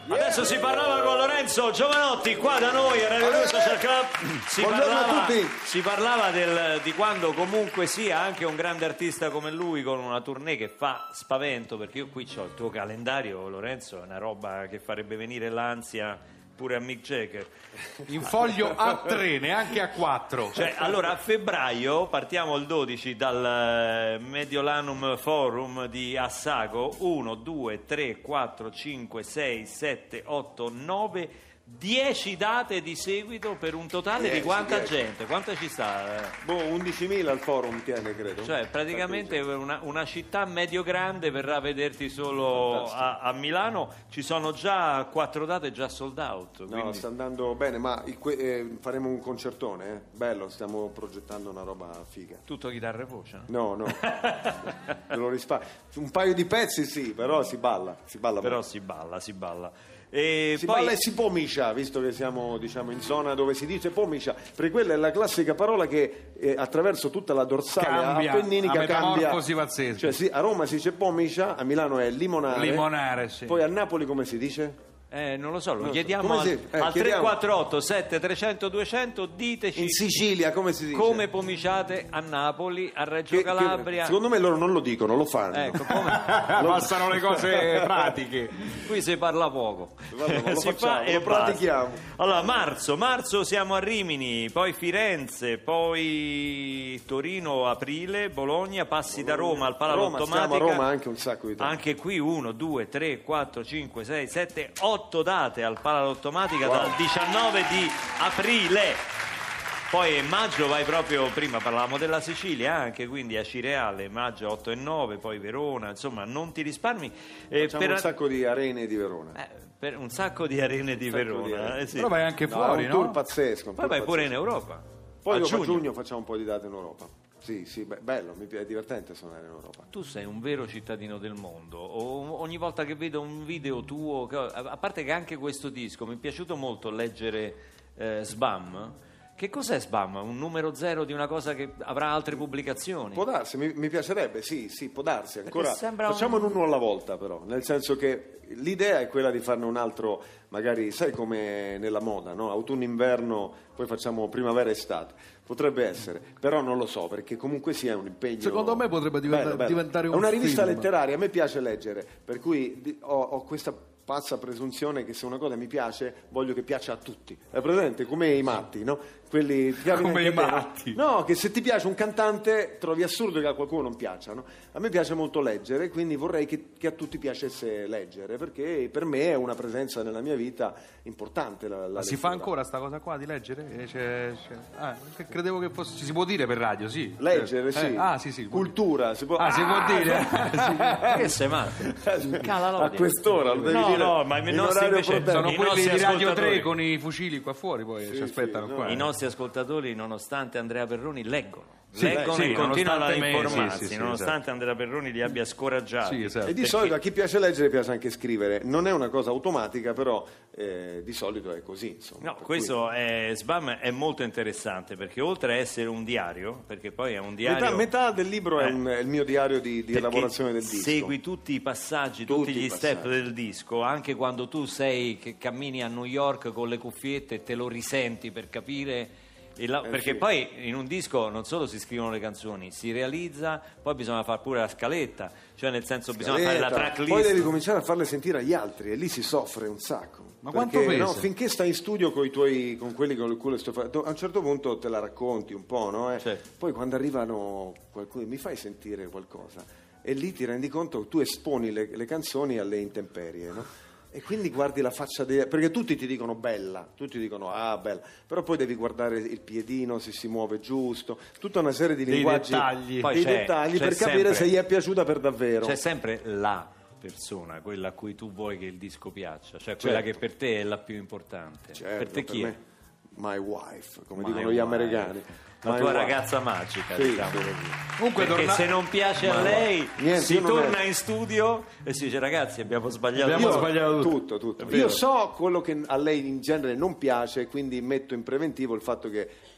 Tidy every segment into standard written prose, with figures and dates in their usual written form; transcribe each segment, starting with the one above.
Adesso si parlava con Lorenzo Giovanotti qua da noi a Radio 2 Social Club. Si parlava di quando comunque sia anche un grande artista come lui con una tournée che fa spavento, perché io qui ho il tuo calendario, Lorenzo, è una roba che farebbe venire l'ansia pure a Mick Jagger. In foglio A3, neanche A4. Cioè, allora a febbraio partiamo il 12 dal Mediolanum Forum di Assago. 1, 2, 3, 4, 5, 6, 7, 8, 9, 10 date di seguito per un totale di quanta gente? Quanta ci sta? 11.000 al forum tiene, credo. Cioè praticamente una città medio grande verrà a vederti solo a Milano. Ci sono già 4 date già sold out, quindi... No, sta andando bene, ma faremo un concertone, bello, stiamo progettando una roba figa. Tutto chitarra e voce? No, me lo risparmio. Un paio di pezzi sì, però si balla però molto. si balla. E si poi... balla e si pomicia, visto che siamo, diciamo, in zona dove si dice pomicia, perché quella è la classica parola che attraverso tutta la dorsale appenninica cambia. Pazzesca. Cioè, sì, a Roma si dice pomicia, a Milano è limonare, sì. Poi a Napoli come si dice? Non lo so, lo chiediamo al 348 7300 200. Diteci in Sicilia come si dice? Come pomiciate a Napoli, a Reggio Calabria. Secondo me loro non lo dicono, lo fanno. Ecco, come... passano le cose pratiche. Qui si parla poco. Lo pratichiamo. Allora marzo siamo a Rimini, poi Firenze, poi Torino aprile, Bologna, passi da Roma al Palalottomatica. Stiamo a Roma anche un sacco di tempo. Anche qui 1, 2, 3, 4, 5, 6, 7, 8 date al Palalottomatica dal 19 di aprile. Poi in maggio vai proprio, prima parlavamo della Sicilia anche, quindi a Cireale, maggio 8 e 9, poi Verona, insomma non ti risparmi. Facciamo un sacco di arene di Verona. Per un sacco di arene di Verona. Sì. Però vai anche fuori, un tour pazzesco. Poi vai pure in Europa. Poi a giugno facciamo un po' di date in Europa. Sì, bello, è divertente suonare in Europa. Tu sei un vero cittadino del mondo. Ogni volta che vedo un video tuo, a parte che anche questo disco, mi è piaciuto molto leggere Sbam. Che cos'è Sbam? Un numero 0 di una cosa che avrà altre pubblicazioni? Può darsi, mi piacerebbe, sì, può darsi. Ancora facciamo uno alla volta, però, nel senso che l'idea è quella di farne un altro, magari, sai come nella moda, no? Autunno-inverno, poi facciamo primavera-estate. Potrebbe essere, però non lo so, perché comunque sia un impegno. Secondo me potrebbe diventare un È una rivista film. letteraria, a me piace leggere, per cui ho questa pazza presunzione che se una cosa mi piace voglio che piaccia a tutti. È presente? Come i matti, no? Quelli come i matti. No, che se ti piace un cantante trovi assurdo che a qualcuno non piaccia, no? A me piace molto leggere, quindi vorrei che a tutti piacesse leggere, perché per me è una presenza nella mia vita importante la Ma si fa ancora sta cosa qua di leggere? Credevo che fosse, ci si può dire per radio, sì. Leggere, sì. Sì. Cultura, si può... si può dire? Che sei matto? A quest'ora lo devi dire. No, ma i nostri invece sono quelli di Radio 3 con i fucili qua fuori, poi ci aspettano qua. I nostri ascoltatori, nonostante Andrea Perroni, leggono leggono e continuano ad informarsi, sì, nonostante esatto. Andrea Perroni li abbia scoraggiati. Sì, esatto. E di solito a chi piace leggere piace anche scrivere, non è una cosa automatica, però di solito è così, insomma. No, questo Sbam è molto interessante, perché oltre a essere un diario, perché poi è un diario... Metà del libro è il mio diario di elaborazione del disco. Segui tutti i passaggi, tutti gli step del disco, anche quando tu che cammini a New York con le cuffiette e te lo risenti per capire... perché poi in un disco non solo si scrivono le canzoni, si realizza, poi bisogna fare pure la scaletta, cioè nel senso bisogna fare la tracklist, poi devi cominciare a farle sentire agli altri e lì si soffre un sacco. Ma perché, quanto pesa? No, finché stai in studio con quelli con cui sto facendo, a un certo punto te la racconti un po', no? Certo. Poi quando arrivano qualcuno, mi fai sentire qualcosa, e lì ti rendi conto che tu esponi le canzoni alle intemperie, no? E quindi guardi la faccia perché tutti ti dicono bella, tutti dicono bella, però poi devi guardare il piedino se si muove giusto, tutta una serie di linguaggi, poi dettagli per capire se gli è piaciuta per davvero. C'è sempre la persona, quella a cui tu vuoi che il disco piaccia, cioè quella che per te è la più importante. Certo, per te chi è? My wife, come dicono gli americani. La tua ragazza magica, diciamo così. Comunque perché se non piace a lei si torna in studio e si dice ragazzi abbiamo sbagliato tutto. Io so quello che a lei in genere non piace, quindi metto in preventivo il fatto che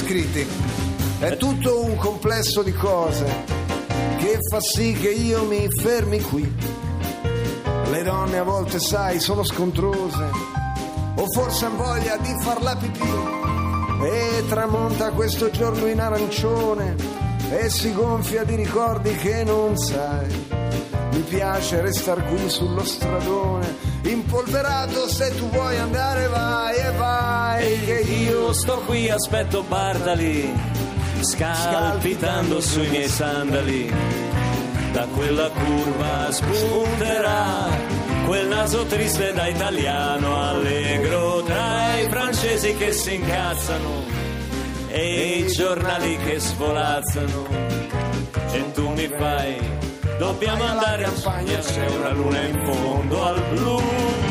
descritti. È tutto un complesso di cose che fa sì che io mi fermi qui. Le donne a volte, sai, sono scontrose, o forse han voglia di farla pipì. E tramonta questo giorno in arancione e si gonfia di ricordi che non sai. Mi piace restar qui sullo stradone, impolverato, se tu vuoi andare vai e vai. Che io sto qui, aspetto Bartali, scalpitando sui miei sandali. Da quella curva spunterà quel naso triste da italiano allegro, tra i francesi che si incazzano e i giornali che svolazzano. E tu mi fai, dobbiamo andare a Spagna, c'è una luna in fondo al blu.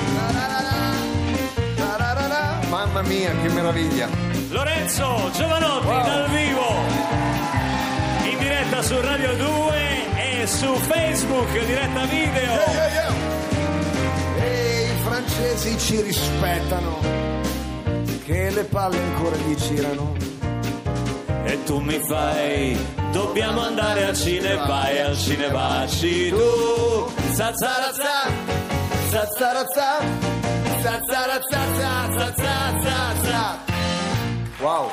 Mamma mia, che meraviglia. Lorenzo Giovanotti, wow, dal vivo, in diretta su Radio 2 e su Facebook, diretta video. E i francesi ci rispettano, che le palle ancora gli girano. E tu mi fai, dobbiamo andare al cinema, vai al cinema, ci tu. Zazzarazza, zazzarazza, zazzarazza, zazzarazza. Wow.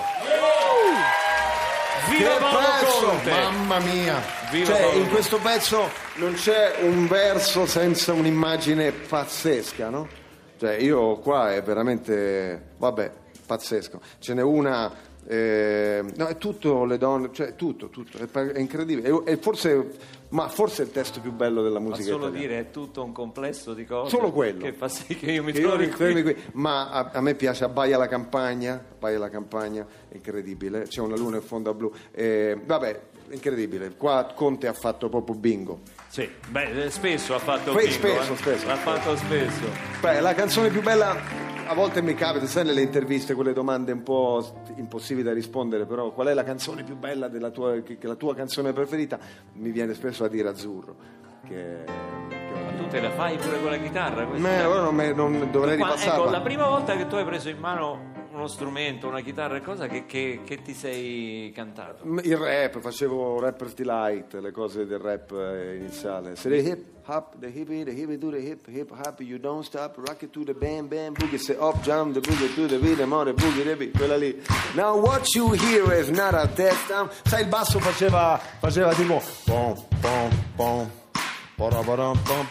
Viva che Paolo pezzo, Conte. mamma mia. Viva cioè, Paolo. in questo pezzo non c'è un verso senza un'immagine pazzesca, no? Cioè, io qua è veramente, vabbè, pazzesco. Ce n'è una, no, è tutto le donne, cioè tutto, è incredibile. E forse, ma forse è il testo più bello della musica Ma solo italiana. dire è tutto un complesso di cose, Solo quello. che fa sì che io mi Che io trovi mi qui. qui. Ma a me piace Abbaia la campagna, è incredibile, c'è una luna in fondo a blu, vabbè, incredibile. Qua Conte ha fatto proprio bingo. Sì, beh, spesso ha fatto Spesso. l'ha fatto spesso. Beh, la canzone più bella, a volte mi capita, sai, nelle interviste quelle domande un po' impossibili da rispondere, però qual è la canzone più bella della tua, che la tua canzone preferita? Mi viene spesso a dire Azzurro, Ma tu te la fai pure con la chitarra? allora non dovrei ripassarla. Ecco, la prima volta che tu hai preso in mano uno strumento, una chitarra, cosa che ti sei cantato? Il rap, facevo Rapper's Delight, le cose del rap iniziale. Se the hip hop, the hippie to the hip hop, you don't stop, rock it to the bam bam boogie, say up jump the boogie to the rhythm on the boogie, the quella lì. Now what you hear is not a test. Sai, il basso faceva tipo pom pom pom. Era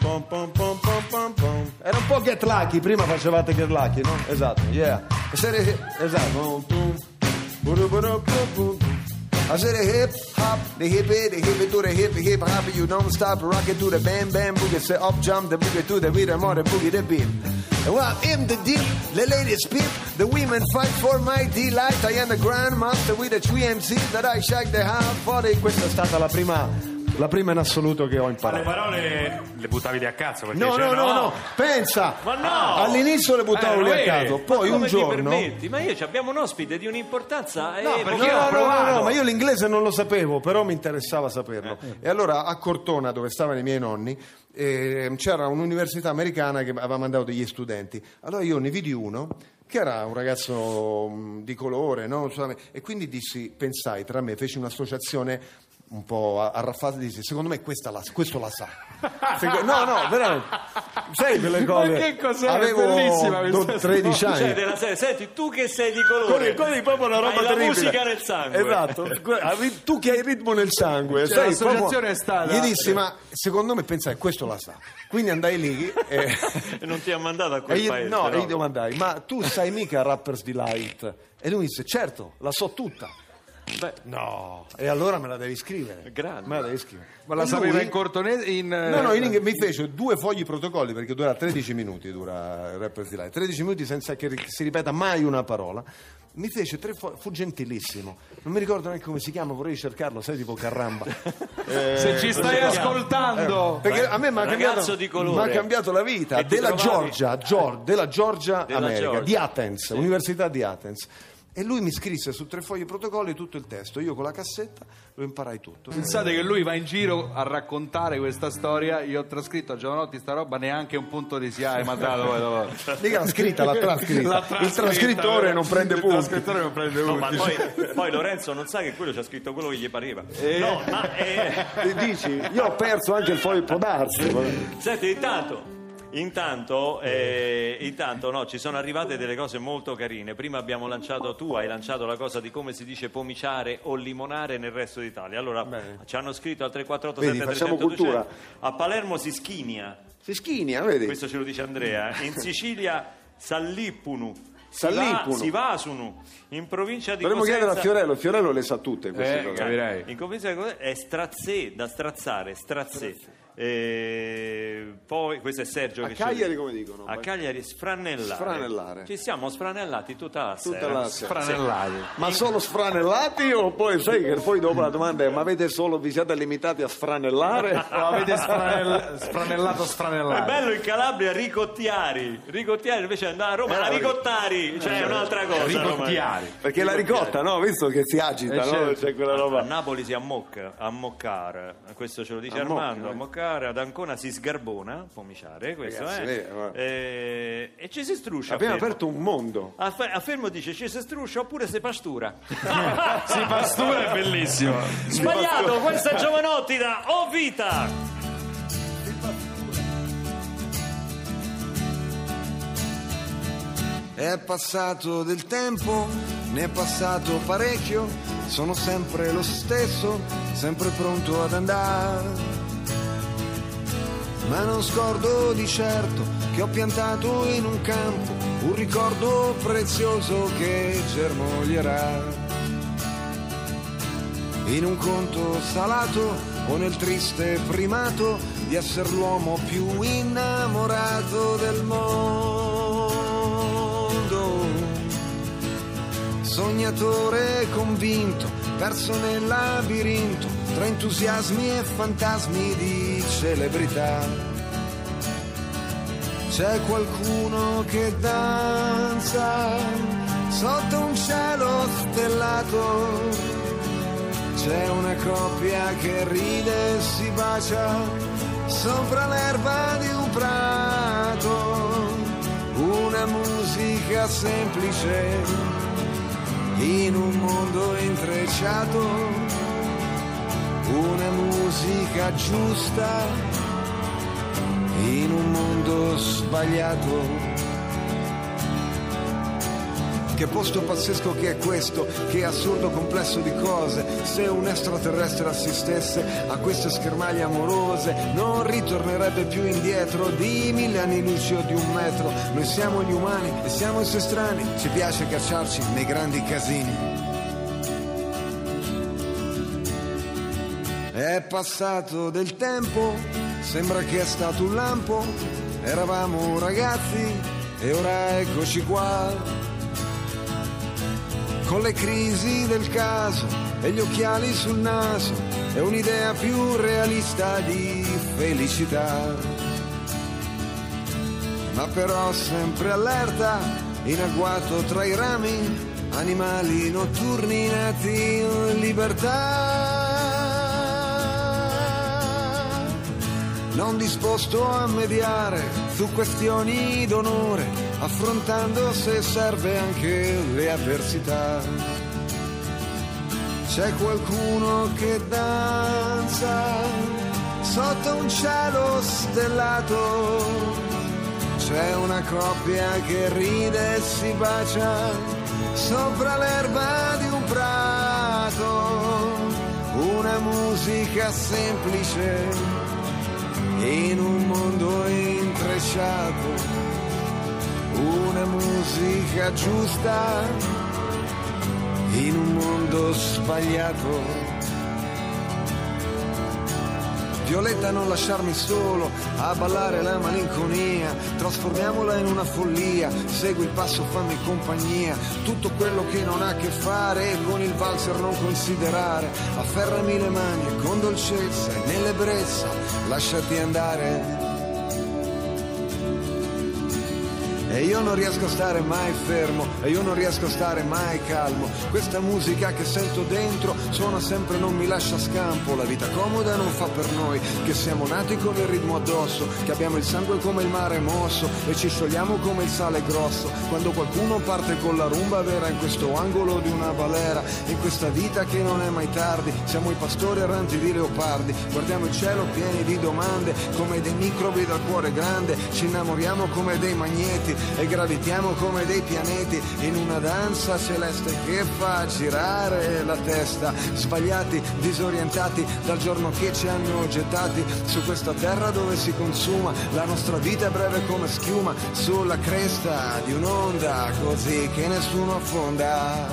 un po' Get Lucky, prima facevate Get Lucky, no? Esatto, yeah. Esatto. I said the hip hop, the hippie to the hip hop, you don't stop, rock it to the bam bam boogie, say up jump the boogie to the rhythm or the boogie the beat. And while in the deep, the ladies peep, the women fight for my delight. I am the grandmaster with the 3 MC that I shake the half body. Questa è stata la prima in assoluto che ho imparato. Ma le parole le buttavi lì a cazzo? No, pensa! Ma no! All'inizio le buttavo lì a caso, poi un giorno. Ma io abbiamo un ospite di un'importanza. No, ma io l'inglese non lo sapevo, però mi interessava saperlo. E allora a Cortona, dove stavano i miei nonni, c'era un'università americana che aveva mandato degli studenti. Allora io ne vidi uno che era un ragazzo di colore, no? E quindi pensai tra me, feci un'associazione un po' arraffata, dice secondo me questo la sa. No, veramente, sai quelle cose. Ma che cos'è? Avevo 13 anni. Cioè, della serie, senti, tu che sei di colore, con proprio una roba hai terribile. La musica nel sangue. Esatto, tu che hai il ritmo nel sangue. Cioè, l'associazione è stata. Gli dissi, ma secondo me pensai questo la sa. Quindi andai lì e non ti ha mandato a quel paese. No, io domandai, ma tu sai mica Rapper's Delight? E lui mi disse, certo, la so tutta. Beh, no, e allora me la devi scrivere. Grande. Me la devi scrivere. Ma la sapeva in cortonese? No, mi fece 2 fogli protocolli, perché dura 13 minuti, dura Rapper's Delight. 13 minuti senza che si ripeta mai una parola. Mi fece 3 fogli, fu gentilissimo. Non mi ricordo neanche come si chiama, vorrei cercarlo, sai, tipo Carramba. Se ci stai ascoltando. Perché a me mi ha cambiato la vita. Della Georgia, America, di Athens, Università di Athens. E lui mi scrisse su 3 fogli protocolli tutto il testo. Io con la cassetta lo imparai tutto. Pensate che lui va in giro a raccontare questa storia. Io ho trascritto a Giovanotti sta roba, neanche un punto di SIA hai mandato. Mica l'ha scritta, l'ha trascritta. Il trascrittore non prende punti. Il trascrittore non prende punti. No, ma poi Lorenzo non sa che quello ci ha scritto quello che gli pareva. Dici, io ho perso anche il foglio, può darsi. Senti, Intanto no, ci sono arrivate delle cose molto carine. Prima tu hai lanciato la cosa di come si dice pomiciare o limonare nel resto d'Italia. Allora, ci hanno scritto al 347 a Palermo si schinia, vedi? Questo ce lo dice Andrea. In Sicilia Sallipunu, Sivasunu, in provincia di Dovremmo Cosenza. chiedere a Fiorello le sa tutte queste cose. Capirei. In provincia di Cosenza è strazzè, da strazzare, strazzè. Poi questo è Sergio a Cagliari come dicono? A Cagliari sfranellare. Ci siamo sfranellati tutta la sera. Sfranellati. Ma solo sfranellati o poi sai che poi dopo la domanda è ma vi siete limitati a sfranellare o avete sfranellato? È bello in Calabria ricottiari invece andare a Roma a ricottari, cioè è un'altra cosa. Ricottiari. Perché la ricotta, no? Visto che si agita, no? C'è quella roba. A Napoli si ammoccare, questo ce lo dice Armando, ammoccare. Ad Ancona si sgarbona, pomiciare, questo. Ragazzi, e ci si struscia. Abbiamo aperto un mondo. A Fermo dice ci si struscia oppure si pastura. Si pastura è bellissimo. Sbagliato, questa è Giovanotti da O Vita. È passato del tempo, ne è passato parecchio, sono sempre lo stesso, sempre pronto ad andare. Ma non scordo di certo che ho piantato in un campo un ricordo prezioso che germoglierà. In un conto salato o nel triste primato di essere l'uomo più innamorato del mondo. Sognatore convinto, perso nel labirinto tra entusiasmi e fantasmi di celebrità. C'è qualcuno che danza sotto un cielo stellato, c'è una coppia che ride e si bacia sopra l'erba di un prato, una musica musica semplice in un mondo intrecciato, una musica giusta in un mondo sbagliato. Che posto pazzesco che è questo, che assurdo complesso di cose. Se un extraterrestre assistesse a queste schermaglie amorose, non ritornerebbe più indietro di 1000 anni luce o di 1 metro. Noi siamo gli umani e siamo essi strani, ci piace cacciarci nei grandi casini. È passato del tempo, sembra che è stato un lampo, eravamo ragazzi e ora eccoci qua. Con le crisi del caso e gli occhiali sul naso, è un'idea più realista di felicità. Ma però sempre allerta, in agguato tra i rami, animali notturni nati in libertà. Non disposto a mediare su questioni d'onore, affrontando se serve anche le avversità. C'è qualcuno che danza sotto un cielo stellato, c'è una coppia che ride e si bacia sopra l'erba di un prato, una musica semplice in un mondo intrecciato, una musica giusta in un mondo sbagliato. Violetta, non lasciarmi solo a ballare la malinconia, trasformiamola in una follia, segui il passo, fammi compagnia, tutto quello che non ha a che fare con il valzer non considerare, afferrami le mani e con dolcezza e nell'ebbrezza lasciati andare. E io non riesco a stare mai fermo, e io non riesco a stare mai calmo. Questa musica che sento dentro suona sempre, non mi lascia scampo. La vita comoda non fa per noi, che siamo nati con il ritmo addosso, che abbiamo il sangue come il mare mosso e ci sciogliamo come il sale grosso. Quando qualcuno parte con la rumba vera in questo angolo di una balera, in questa vita che non è mai tardi, siamo i pastori erranti di leopardi. Guardiamo il cielo pieni di domande, come dei microbi dal cuore grande. Ci innamoriamo come dei magneti e gravitiamo come dei pianeti in una danza celeste che fa girare la testa, sbagliati, disorientati dal giorno che ci hanno gettati su questa terra dove si consuma la nostra vita, è breve come schiuma sulla cresta di un'onda così che nessuno affonda.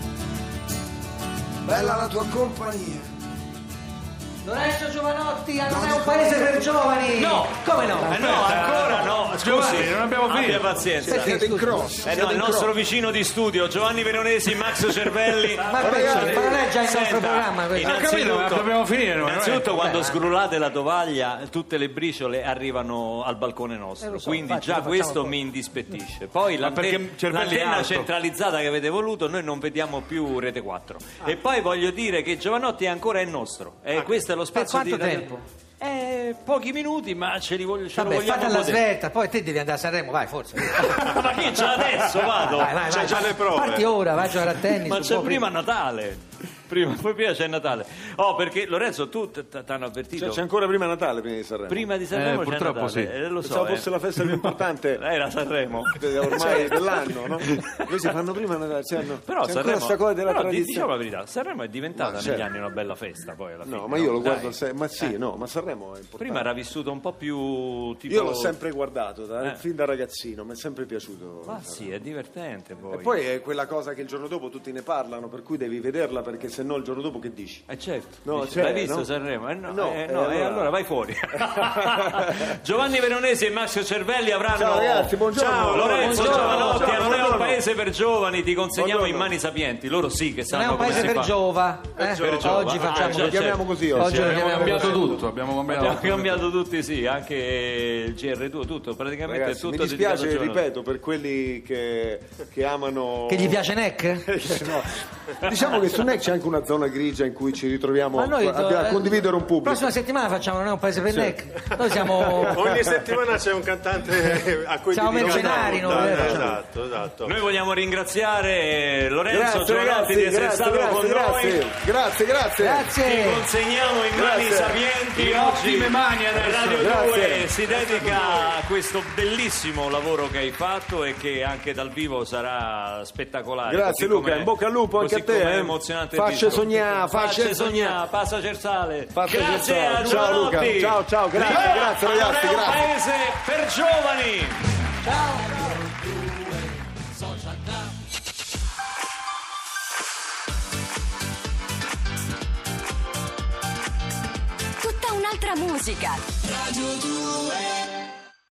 Bella la tua compagnia. Lorenzo Giovanotti, non è un paese per giovani! No! Come no? No, ancora no! Scusi, non abbiamo finito. Abbia pazienza. Siete in cross. No, il nostro vicino di studio, Giovanni Veronesi, Max Cervelli. Ma penso, ma non è già il nostro programma questo? Innanzitutto, dobbiamo finire. innanzitutto quando sgrullate la tovaglia, tutte le briciole arrivano al balcone nostro. So, quindi infatti, già lo questo facciamo mi indispettisce. Poi perché Cervelli è l'antenna alto. centralizzata che avete voluto, noi non vediamo più Rete 4. E poi voglio dire che Giovanotti ancora è nostro. E questo è lo spazio quanto di tempo? pochi minuti, ma ce lo Vabbè, vogliamo fate la godere. svelta, poi te devi andare a Sanremo, vai forse. Ma chi c'è adesso? Vado. Vai, C'è già le prove. Parti ora, vai a giocare a tennis. Ma un c'è po' prima Natale. Poi prima c'è Natale. Oh, perché Lorenzo, tu t'hanno avvertito? C'è ancora prima Natale, prima di Sanremo. Prima di Sanremo c'è purtroppo Natale. sì. Lo so. Pensavo fosse la festa più importante Era Sanremo. ormai dell'anno, no? Noi si fanno prima Natale, Però c'è ancora Sanremo, sta cosa della però, tradizione. diciamo la verità, Sanremo è diventata Ma negli certo. anni una bella festa poi alla fine. No, ma io lo Dai. guardo ma sì, no, ma Sanremo è importante. Prima era vissuto un po' più tipo... Io l'ho sempre guardato, Eh. fin da ragazzino, mi è sempre piaciuto. Ma sì, è divertente poi. E poi è quella cosa che il giorno dopo tutti ne parlano, per cui devi vederla, perché se no il giorno dopo che dici? Certo. No, Dici, c'è, l'hai visto no? Sanremo? No, allora vai fuori. Giovanni Veronesi e Max Cervelli avranno... Ciao, ragazzi, buongiorno. Ciao Lorenzo Buongiorno. Giovanotti, Ciao, non è un buongiorno. paese per giovani, ti consegniamo Buongiorno. in mani sapienti. Loro sì che Non sanno è un come paese si per fa. giova. giova. Oggi facciamo Cioè, Lo chiamiamo così Oggi oggi. lo Abbiamo chiamiamo cambiato così. tutto, abbiamo Abbiamo cambiato. cambiato tutti, sì, anche il GR2, tutto, praticamente Ragazzi, tutto mi dispiace, dedicato a Giovanotti. ripeto, per quelli che amano... Che gli piace Neck? No. Diciamo che su NEC c'è anche alcuna zona grigia in cui ci ritroviamo Ma noi a condividere un pubblico. Prossima settimana facciamo, non è un paese per neck. Noi siamo ogni settimana c'è un cantante a cui siamo mercenari, no? Esatto. Noi vogliamo ringraziare Lorenzo Grazie, Giovanotti ragazzi, di essere grazie, stato con grazie, noi. grazie. Ti consegniamo in mani Grazie. sapienti. In Oggi ottime mani adesso. Radio Grazie. 2 si dedica a questo bellissimo lavoro che hai fatto e che anche dal vivo sarà spettacolare. Grazie, così Luca, come- in bocca al lupo anche a così te, come eh. emozionante Facce visto. sognà, facce sognà. Passa Cersale. Faccia Grazie Cersale. a Ciao, Luca. Giovanotti. Ciao, grazie, Viva! grazie, ragazzi, Non è un grazie. paese per giovani. Tutta un'altra musica. Radio 2